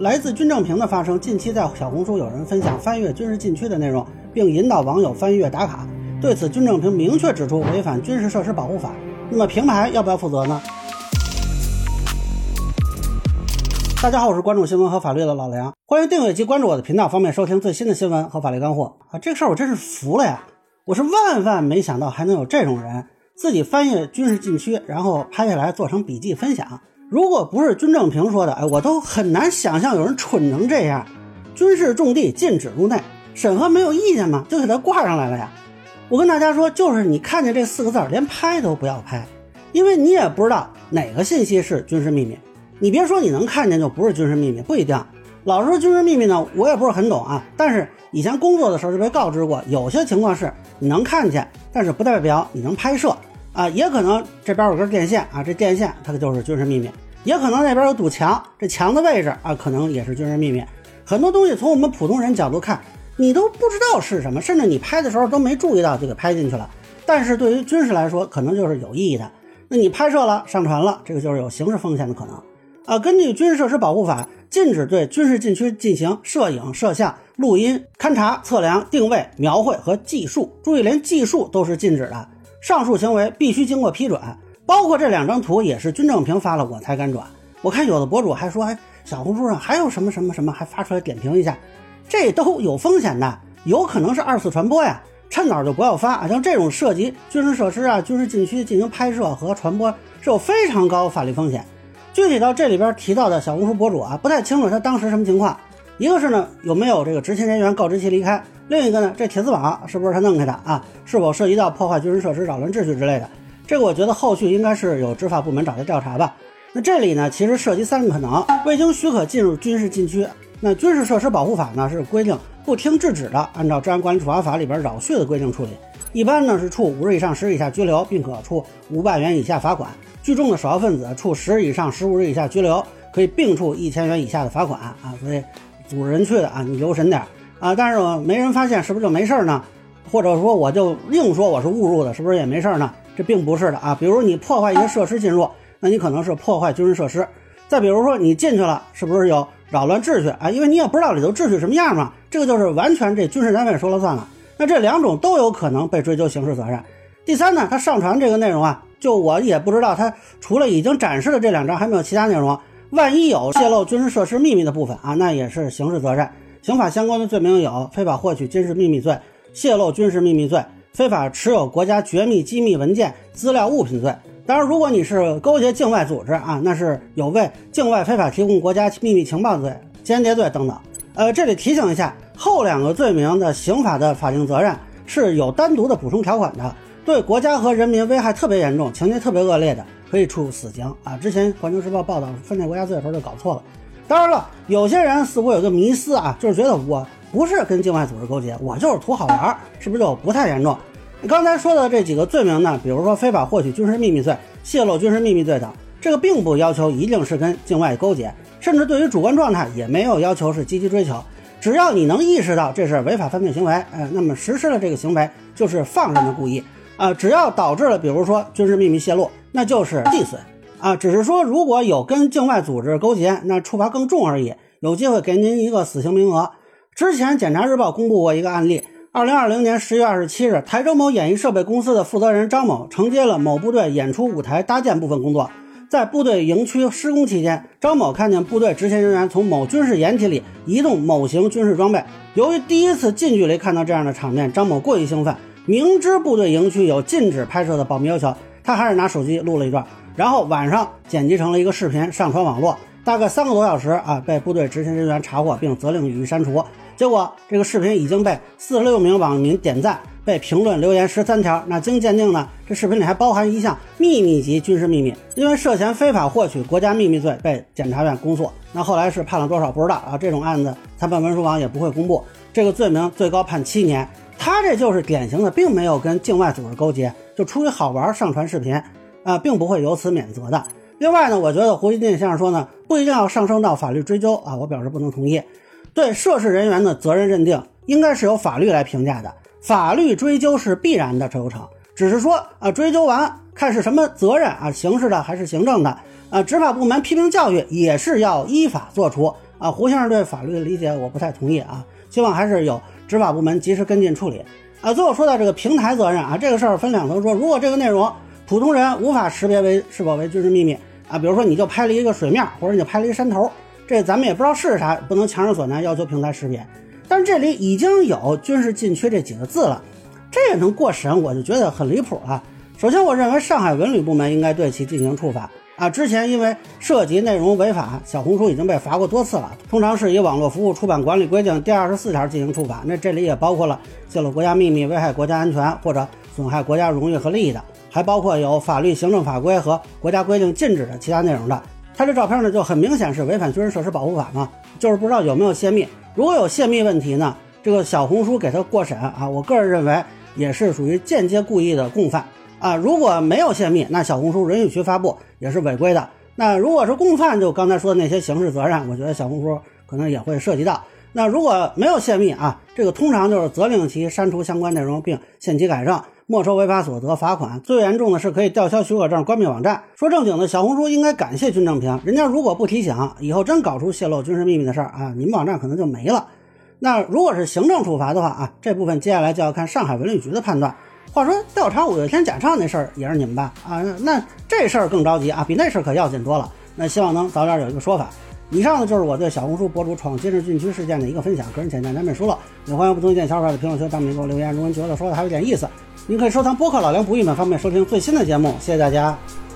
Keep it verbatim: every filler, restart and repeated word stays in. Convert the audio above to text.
来自军政平的发声，近期在小红书有人分享翻越军事禁区的内容，并引导网友翻阅打卡。对此，军政平明确指出违反军事设施保护法。那么平台要不要负责呢？大家好，我是关注新闻和法律的老梁，欢迎订阅及关注我的频道，方便收听最新的新闻和法律干货啊！这个事儿我真是服了呀！我是万万没想到还能有这种人自己翻越军事禁区，然后拍下来做成笔记分享。如果不是军政平说的，哎，我都很难想象有人蠢成这样。军事重地禁止入内，审核没有意见吗？就给他挂上来了呀！我跟大家说，就是你看见这四个字，连拍都不要拍，因为你也不知道哪个信息是军事秘密。你别说你能看见就不是军事秘密，不一定。老实说军事秘密呢，我也不是很懂啊，但是以前工作的时候就被告知过，有些情况是你能看见，但是不代表你能拍摄啊，也可能这边有根电线啊，这电线它就是军事秘密，也可能那边有堵墙，这墙的位置啊可能也是军事秘密。很多东西从我们普通人角度看，你都不知道是什么，甚至你拍的时候都没注意到就给拍进去了。但是对于军事来说，可能就是有意义的。那你拍摄了，上传了，这个就是有刑事风险的可能。啊，根据军事设施保护法，禁止对军事禁区进行摄影、摄像、录音、勘察、测量、定位、描绘和计数。注意，连计数都是禁止的。上述行为必须经过批准，包括这两张图也是军政平发了我才敢转。我看有的博主还说，哎，小红书上还有什么什么什么，还发出来点评一下，这都有风险的，有可能是二次传播呀，趁早就不要发啊！像这种涉及军事设施啊、军事禁区进行拍摄和传播，是有非常高法律风险。具体到这里边提到的小红书博主啊，不太清楚他当时什么情况。一个是呢，有没有这个执勤人员告知其离开；另一个呢，这铁丝网是不是他弄开的啊？是否涉及到破坏军事设施、扰乱秩序之类的？这个我觉得后续应该是有执法部门找他调查吧。那这里呢，其实涉及三个可能：未经许可进入军事禁区。那军事设施保护法呢是规定不听制止的，按照治安管理处罚法里边扰序的规定处理。一般呢是处五日以上十日以下拘留，并可处五百元以下罚款。聚众的首要分子处十日以上十五日以下拘留，可以并处一千元以下的罚款啊！所以组织人去的啊，你留神点啊！但是我没人发现，是不是就没事呢？或者说我就硬说我是误入的，是不是也没事呢？这并不是的啊！比如你破坏一些设施进入，那你可能是破坏军事设施；再比如说你进去了，是不是有扰乱秩序啊？因为你也不知道里头秩序什么样嘛，这个就是完全这军事单位说了算了。那这两种都有可能被追究刑事责任。第三呢，他上传这个内容啊，就我也不知道他除了已经展示的这两张还没有其他内容，万一有泄露军事设施秘密的部分啊，那也是刑事责任。刑法相关的罪名有非法获取军事秘密罪、泄露军事秘密罪、非法持有国家绝密机密文件、资料物品罪。当然如果你是勾结境外组织啊，那是有为境外非法提供国家秘密情报罪、间谍罪等等。呃，这里提醒一下，后两个罪名的刑法的法定责任是有单独的补充条款的，对国家和人民危害特别严重、情节特别恶劣的，可以处死刑啊！之前环球时报报道分类国家罪的时候就搞错了。当然了，有些人似乎有个迷思啊，就是觉得我不是跟境外组织勾结，我就是图好玩，是不是就不太严重？刚才说的这几个罪名呢，比如说非法获取军事秘密罪、泄露军事秘密罪等，这个并不要求一定是跟境外勾结，甚至对于主观状态也没有要求是积极追求。只要你能意识到这是违法犯罪行为，呃，那么实施了这个行为就是放任的故意啊、呃。只要导致了比如说军事秘密泄露，那就是既遂啊。只是说如果有跟境外组织勾结，那处罚更重而已，有机会给您一个死刑名额。之前检察日报公布过一个案例，二零二零年十月二十七日，台州某演艺设备公司的负责人张某承接了某部队演出舞台搭建部分工作。在部队营区施工期间，张某看见部队执勤人员从某军事掩体里移动某型军事装备。由于第一次近距离看到这样的场面，张某过于兴奋，明知部队营区有禁止拍摄的保密要求，他还是拿手机录了一段，然后晚上剪辑成了一个视频上传网络。大概三个多小时啊，被部队执勤人员查获并责令予以删除。结果这个视频已经被四十六名网民点赞，被评论留言十三条。那经鉴定呢，这视频里还包含一项秘密级军事秘密，因为涉嫌非法获取国家秘密罪被检察院公诉。那后来是判了多少不知道啊，这种案子裁判文书网也不会公布。这个罪名最高判七年，他这就是典型的并没有跟境外组织勾结，就出于好玩上传视频啊、呃，并不会由此免责的。另外呢，我觉得胡锡进先生说呢，不一定要上升到法律追究啊，我表示不能同意。对涉事人员的责任认定应该是由法律来评价的，法律追究是必然的流程，只是说啊，追究完看是什么责任啊，刑事的还是行政的啊，执法部门批评教育也是要依法做出啊，胡先生对法律的理解我不太同意啊，希望还是有执法部门及时跟进处理啊。最后说到这个平台责任啊，这个事儿分两层说，如果这个内容普通人无法识别为是否为军事秘密啊，比如说你就拍了一个水面，或者你就拍了一个山头，这咱们也不知道是啥，不能强人所难要求平台识别。但是这里已经有军事禁区这几个字了，这也能过审，我就觉得很离谱了。首先我认为上海文旅部门应该对其进行处罚啊，之前因为涉及内容违法，小红书已经被罚过多次了，通常是以网络服务出版管理规定第二十四条进行处罚，那这里也包括了泄露国家秘密、危害国家安全或者损害国家荣誉和利益的，还包括有法律、行政法规和国家规定禁止的其他内容的。他这照片呢就很明显是违反军事设施保护法嘛，就是不知道有没有泄密。如果有泄密问题呢，这个小红书给他过审啊，我个人认为也是属于间接故意的共犯啊。如果没有泄密，那小红书允许发布也是违规的。那如果是共犯，就刚才说的那些刑事责任，我觉得小红书可能也会涉及到。那如果没有泄密啊，这个通常就是责令其删除相关内容并限期改正，没收违法所得，罚款，最严重的是可以吊销许可证，关闭网站。说正经的，小红书应该感谢军政平，人家如果不提醒，以后真搞出泄露军事秘密的事儿啊，你们网站可能就没了。那如果是行政处罚的话啊，这部分接下来就要看上海文旅局的判断。话说调查五月天假唱那事儿也是你们吧啊，那这事儿更着急啊，比那事儿可要紧多了。那希望能早点有一个说法。以上呢就是我对小红书博主闯军事禁区事件的一个分享，个人浅见难免疏漏，也欢迎不同意见小伙伴在评论区当面给我留言。如果您觉得说的还有点意思，您可以收藏播客老梁不郁闷，方便收听最新的节目。谢谢大家。